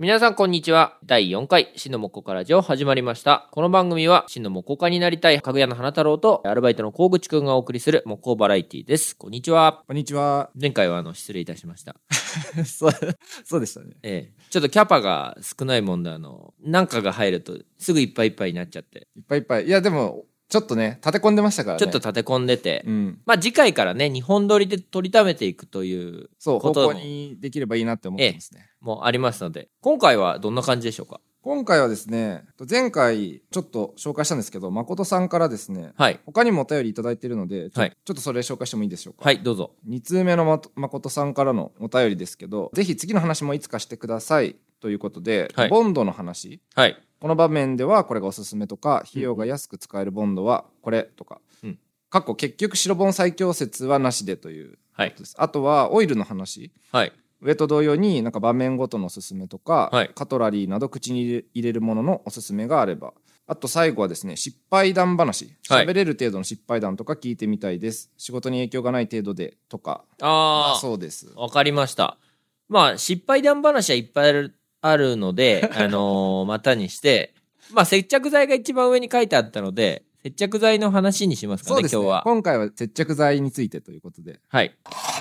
皆さんこんにちは。第4回真の木工ラジオ始まりました。この番組は真の木工家になりたいかぐやの花太郎とアルバイトの河口くんがお送りする木工バラエティです。こんにちは。 こんにちは。 前回は失礼いたしました。 そうでしたね。 ちょっとキャパが少ないもんでなんかが入るとすぐいっぱいいっぱいになっちゃって。 いっぱいいっぱい。いやでもちょっとね立て込んでましたからね。 ちょっと立て込んでて、まあ次回からね2本撮りで撮りためていくということ方向にできればいいなって思ってますね。 もうありますので、今回はどんな感じでしょうか。 今回はですね、前回ちょっと紹介したんですけど、誠さんからですね、 はい、 他にもお便りいただいているのでちょっとそれ紹介してもいいでしょうか。 はい、どうぞ。 2通目の誠さんからのお便りですけど、ぜひ次の話もいつかしてくださいということで、ボンドの話、この場面ではこれがおすすめとか、費用が安く使えるボンドはこれとか、結局白本最強説はなしでということです。あとはオイルの話、上と同様になんか場面ごとのおすすめとか、カトラリーなど口に入れるもののおすすめがあれば、あと最後はですね、失敗談話、喋れる程度の失敗談とか聞いてみたいです。仕事に影響がない程度でとか。そうです。 わかりました。まあ失敗談話はいっぱいあるのでまたにして、まあ接着剤が一番上に書いてあったので接着剤の話にしますかね。そうですね、今日は。 今回は接着剤についてということで。 はい。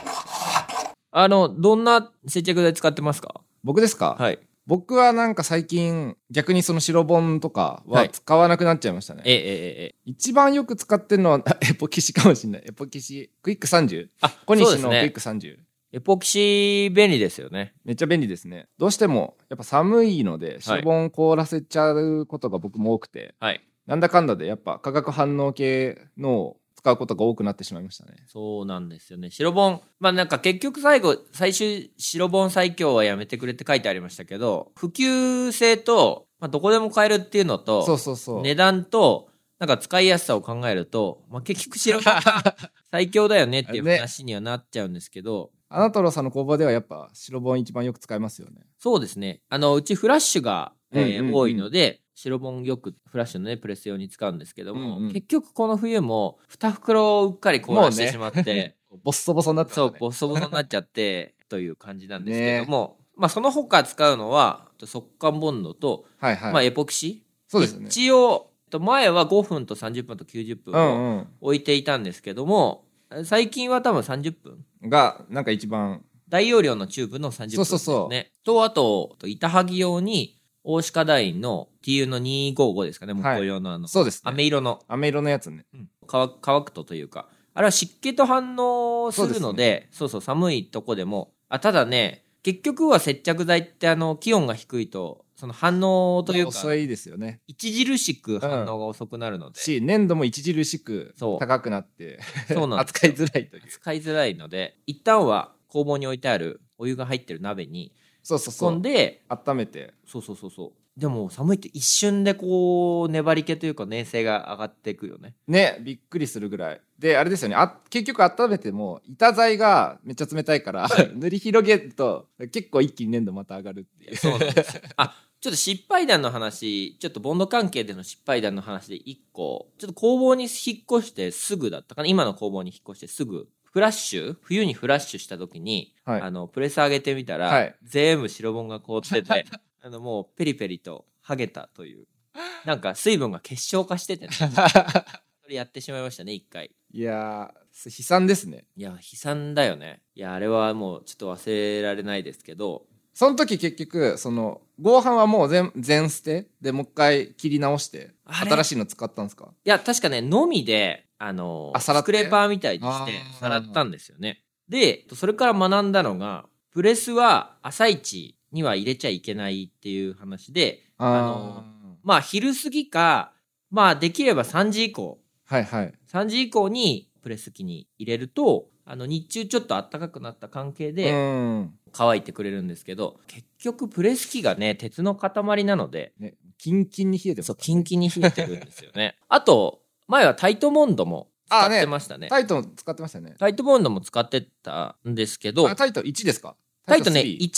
どんな接着剤使ってますか？ 僕ですか？はい。僕はなんか最近逆にその白本とかは使わなくなっちゃいましたね。一番よく使ってるのはエポキシかもしれない。エポキシクイック30。小西のクイック30。 エポキシ便利ですよね。 めっちゃ便利ですね。どうしてもやっぱ寒いので白本凍らせちゃうことが僕も多くて、なんだかんだでやっぱ化学反応系のを使うことが多くなってしまいましたね。 そうなんですよね。白本、まあなんか結局最終白本最強はやめてくれって書いてありましたけど、普及性と、まあ、どこでも買えるっていうのと、値段となんか使いやすさを考えると、まあ、結局白本最強だよねっていう話にはなっちゃうんですけど、 アナトロさんの工房ではやっぱ白本一番よく使いますよね。 そうですね。うちフラッシュが、多いので、白本よくフラッシュのねプレス用に使うんですけども、結局この冬も2袋をうっかり凍らしてしまって、 ボッソボソになっちゃって、 そうボッソボソになっちゃってという感じなんですけども、まあその他使うのは速乾ボンドと、まあエポキシ。そうですね。一応前は5分と30分と90分を置いていたんですけども、最近は多分30分がなんか一番大容量のチューブの30分ですね。とあと板剥ぎ用に大鹿ダインの TU の255ですかね、木工用のそうですね、 飴色のやつね、 乾くというか、あれは湿気と反応するので、寒いとこでも、ただね、結局は接着剤って気温が低いとその反応というか遅いですよね。 著しく反応が遅くなるので、 粘度も著しく高くなって扱いづらいという。 扱いづらいので、一旦は工房に置いてあるお湯が入ってる鍋に込んで温めて、 でも寒いって一瞬でこう粘り気というか粘性が上がっていくよね。 びっくりするぐらいで、あれですよね、結局温めても板材がめっちゃ冷たいから塗り広げると結構一気に粘度また上がるっていう。 そうなんですよ。ちょっと失敗談の話、ちょっとボンド関係での失敗談の話で1個、ちょっと工房に引っ越してすぐだったかな、今の工房に引っ越してすぐ冬にフラッシュした時に、プレス上げてみたら、全部白本が凍っててもうペリペリと剥げたという、なんか水分が結晶化しててねそれやってしまいましたね、一回。 いやー悲惨ですね。 いや悲惨だよね。いやあれはもうちょっと忘れられないですけど、 その時結局その合板はもう全捨てでもう一回切り直して新しいの使ったんですか？ いや確かね、のみでスクレーパーみたいにして洗ったんですよね。でそれから学んだのが、プレスは朝一には入れちゃいけないっていう話で、まあ昼過ぎか、まあできれば3時以降、3時以降にプレス機に入れると日中ちょっと暖かくなった関係で乾いてくれるんですけど、結局プレス機がね鉄の塊なので、 キンキンに冷えてます。 そうキンキンに冷えてるんですよね。あと前はタイトモンドも使ってましたね。 タイト使ってましたね。 タイトモンドも使ってたんですけど、 タイト1ですか？ タイトね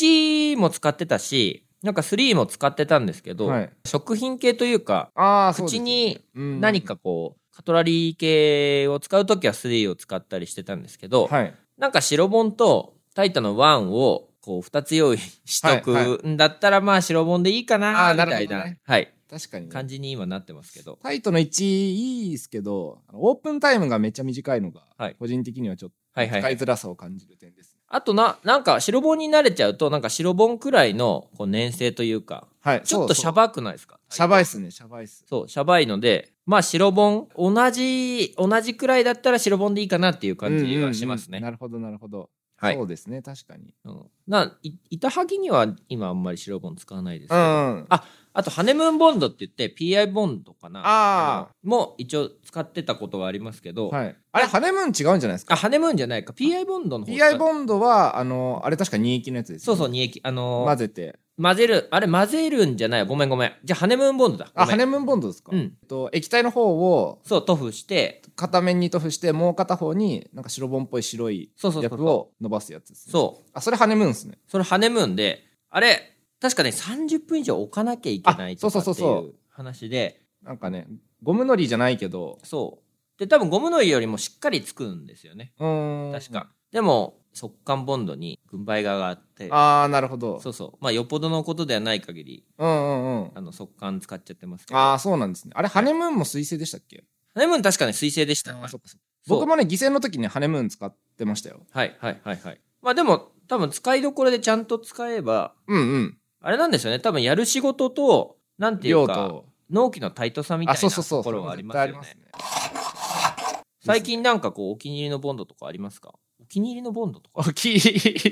1も使ってたし、なんか3も使ってたんですけど、食品系というか口に何かこうカトラリー系を使うときは3を使ったりしてたんですけど、なんか白本とタイトの1をこう2つ用意しとくんだったら、まあ白本でいいかなみたいな、 ね、 はい、 確かに、ね、 感じに今なってますけど、 タイトの1いいですけどオープンタイムがめっちゃ短いのが、 はい、 個人的にはちょっと使いづらさを感じる点です、ね、 あとなんか白本に慣れちゃうとなんか白本くらいのこう粘性というか、はい、ちょっとシャバくないですか？ シャバいっすね、シャバいっす。 そう、シャバいので、まあ白本同じくらいだったら白本でいいかなっていう感じはしますね。 なるほどなるほど。 はい、 そうですね、確かに。 板はぎには今あんまり白本使わないですけど、あとハネムーンボンドって言って PI ボンドかなも一応使ってたことがありますけど、 はい、あれハネムーン違うんじゃないですか？ ハネムーンじゃないか、 PI ボンドの方。 PI ボンドはあれ確か二液のやつです、 ね、そう二液混ぜて混ぜるんじゃない、ごめんじゃあハネムーンボンドだ。 ハネムーンボンドですか？液体の方を塗布して片面に塗布してもう片方になんか白本っぽい白い薬を伸ばすやつですね。それハネムーンですね。 それハネムーンで、あれ確かね30分以上置かなきゃいけないとかっていう話で、 なんかねゴムのりじゃないけど、 そうで多分ゴムのりよりもしっかりつくんですよね、確か。でも速乾ボンドに軍配が上がって、 なるほど。 まあよっぽどのことではない限り、速乾使っちゃってますけど。そうなんですね。あれ、ハネムーンも水性でしたっけ？ ハネムーン確かね水性でした。 僕もね偽装の時にハネムーン使ってましたよ。 はい。まあでも多分使いどころでちゃんと使えば、あれなんですよね、多分やる仕事となんていうか納期のタイトさみたいなところはありますよね。最近なんかこうお気に入りのボンドとかありますか？お気に入りのボンドとか。 お気に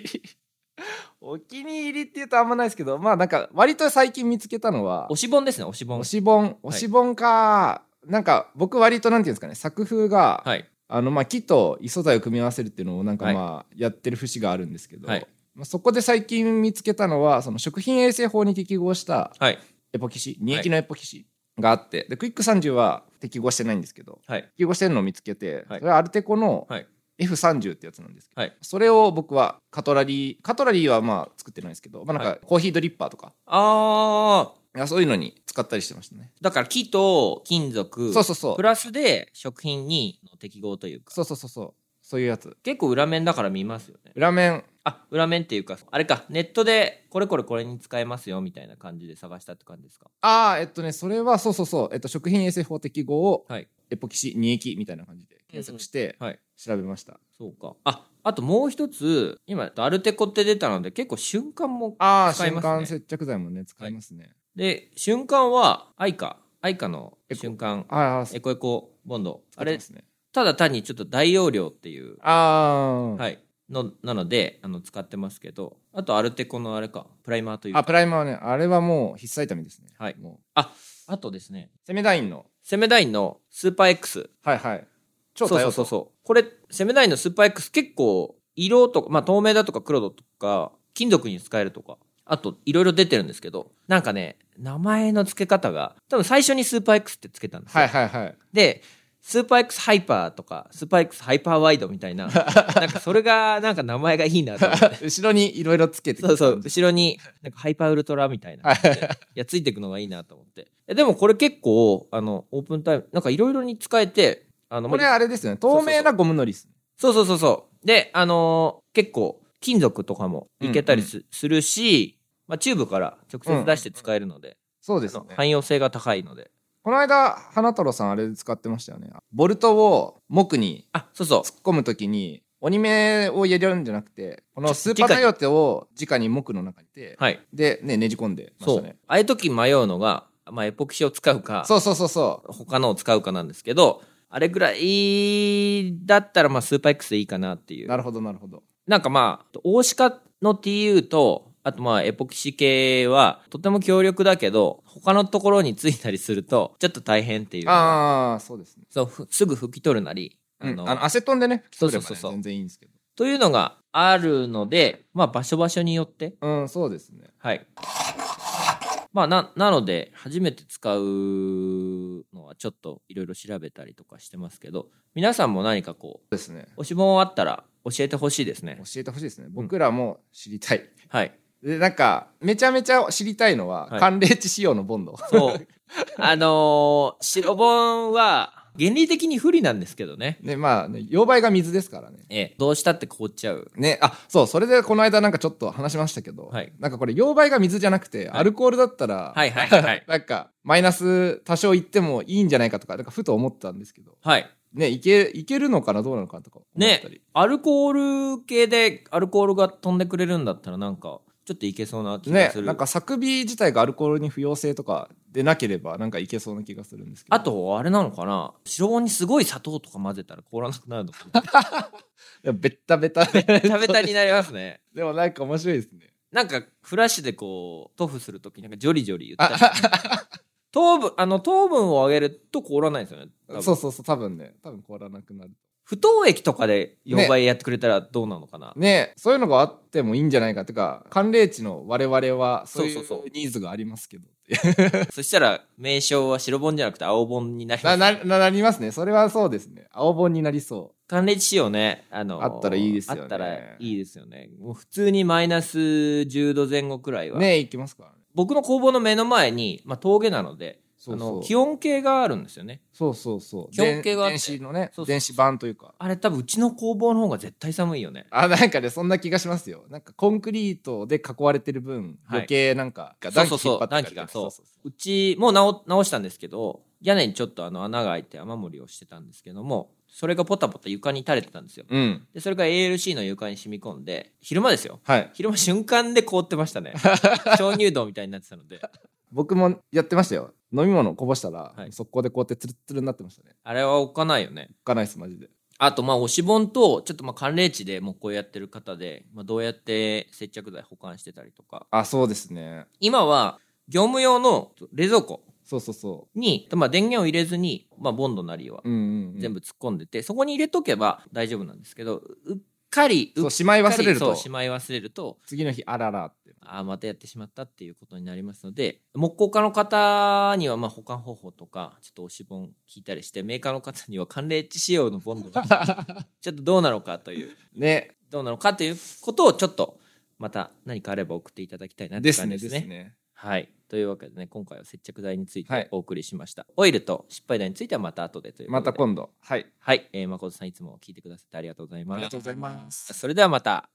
入りって言うとあんまないですけど、まあなんか割と最近見つけたのは推し本ですね。推し本か。なんか僕割となんていうんですかね、作風が、まあ木と異素材を組み合わせるっていうのをなんかまあやってる節があるんですけど、そこで最近見つけたのはその食品衛生法に適合したエポキシ、二液のエポキシがあって、でクイック30は適合してないんですけど、適合してるのを見つけて、それはアルテコのF30 ってやつなんですけど、それを僕はカトラリーはまあ作ってないですけど、まあなんかコーヒードリッパーとか、そういうのに使ったりしてましたね。 だから木と金属プラスで食品にの適合というか、 そういうやつ結構裏面だから見ますよね。 裏面っていうかあれか、ネットでこれに使えますよみたいな感じで探したって感じですか？ それは食品衛生法適合をエポキシ二液みたいな感じで検索して調べました。 そうか。あともう一つ、今アルテコって出たので結構瞬間も使いますね。 瞬間接着剤もね使いますね。 で瞬間はアイカの瞬間エコエコボンド、あれただ単にちょっと大容量っていうなので使ってますけど、あとアルテコのあれかプライマーというか、 プライマーはね、あれはもう必須アイテムですね。もうあとですね、 セメダインのスーパー X、 超多様素。 そうこれセメダインのスーパー X 結構色とか、まあ透明だとか黒とか金属に使えるとか、あといろいろ出てるんですけど、なんかね名前の付け方が多分最初にスーパー X って付けたんですよ。でスーパー X ハイパーとかスーパー X ハイパーワイドみたいななんかそれがなんか名前がいいなと思って後ろにいろいろつけて、 後ろになんかハイパーウルトラみたいなついていくのがいいなと思って。でもこれ結構オープンタイムなんかいろいろに使えて、 これあれですよね、透明なゴムのりです。 で結構金属とかもいけたりするし、まあ、チューブから直接出して使えるので、 そうですね、 汎用性が高いので。 この間花太郎さんあれで使ってましたよね。ボルトを木に突っ込むときに折り目を入れるんじゃなくて、このスーパータイヨテを直に木の中にで、ねじ込んでましたね。 ああいう時迷うのが、まあ、エポキシを使うか他のを使うかなんですけど、あれぐらいだったらまあスーパー X でいいかなっていう。 なるほど。 なんかまあ大鹿の TU とあとまあエポキシ系はとても強力だけど他のところについたりするとちょっと大変っていう。 そうですね。 すぐ拭き取るなり、 アセトンでね拭き取ればね全然いいんですけどというのがあるので、まあ場所によってそうですね。 まあなので初めて使うのはちょっといろいろ調べたりとかしてますけど、皆さんも何かこうですね、 推し本あったら教えてほしいですね。 僕らも知りたい。でなんかめちゃめちゃ知りたいのは寒冷地仕様のボンド。 白本は原理的に不利なんですけどね。 ね、まあね、溶媒が水ですからね。 どうしたって凍っちゃう。 ね、そう、それでこの間なんかちょっと話しましたけど、はい、なんかこれ溶媒が水じゃなくて、アルコールだったら、 はいはいはい。 なんかマイナス多少いってもいいんじゃないかとか、なんかふと思ったんですけど。 はい。 ね、いけるのかな、どうなのかなとか思ったり。 ね、アルコール系でアルコールが飛んでくれるんだったらなんか、ちょっといけそうな気がする。 ね、なんか搾鼻自体がアルコールに不溶性とかでなければなんかいけそうな気がするんですけど。 あとあれなのかな、白棒にすごい砂糖とか混ぜたら凍らなくなるのかな。 いやベッタベタベッタベタになりますね。 でもなんか面白いですね。 なんかフラッシュでこう塗布するときなんかジョリジョリ言ったり糖分を上げると凍らないんですよね。 そう多分凍らなくなる。 不凍液とかで溶媒やってくれたらどうなのかな。 ね、そういうのがあってもいいんじゃないかっていうか、寒冷地の我々はそういうニーズがありますけど。 そしたら名称は白本じゃなくて青本になります。 なりますね。それはそうですね。青本になりそう。 寒冷地仕様ね、 あったらいいですよね。 あったらいいですよね。もう普通にマイナス10度前後くらいはね、いきますからね。 僕の工房の目の前に、峠なので、気温計があるんですよね。 そう。 気温計があって、 電子のね、電子版というか。 あれ多分うちの工房の方が絶対寒いよね。 なんかね、そんな気がしますよ。なんかコンクリートで囲われてる分、余計なんか、 暖気引っ張って暖気が、うちもう直したんですけど、屋根にちょっと穴が開いて雨漏りをしてたんですけども、それがポタポタ床に垂れてたんですよ。で、それが ALC の床に染み込んで、昼間ですよ。昼間瞬間で凍ってましたね。鍾乳洞みたいになってたので。 僕もやってましたよ。飲み物こぼしたら、速攻でこうやってツルツルになってましたね。 あれはおっかないよね。 おっかないです、マジで。 あと押し盆とちょっと寒冷地で木工やってる方で、どうやって接着剤保管してたりとか。 そうですね。 今は業務用の冷蔵庫に、電源を入れずに、ボンドなりは全部突っ込んでて、そこに入れとけば大丈夫なんですけど、うっかりしまい忘れると次の日あららってまたやってしまったっていうことになりますので、木工家の方には保管方法とかちょっと押し本聞いたりして、メーカーの方には寒冷地仕様のボンドがちょっとどうなのかというね、 どうなのかということをちょっとまた何かあれば送っていただきたいなって感じですね。はい。というわけでね、今回は接着剤についてお送りしました。オイルと失敗剤についてはまた後でということで。 また今度。はい。 はい。誠さんいつも聞いてくださってありがとうございます。 ありがとうございます。 それではまた。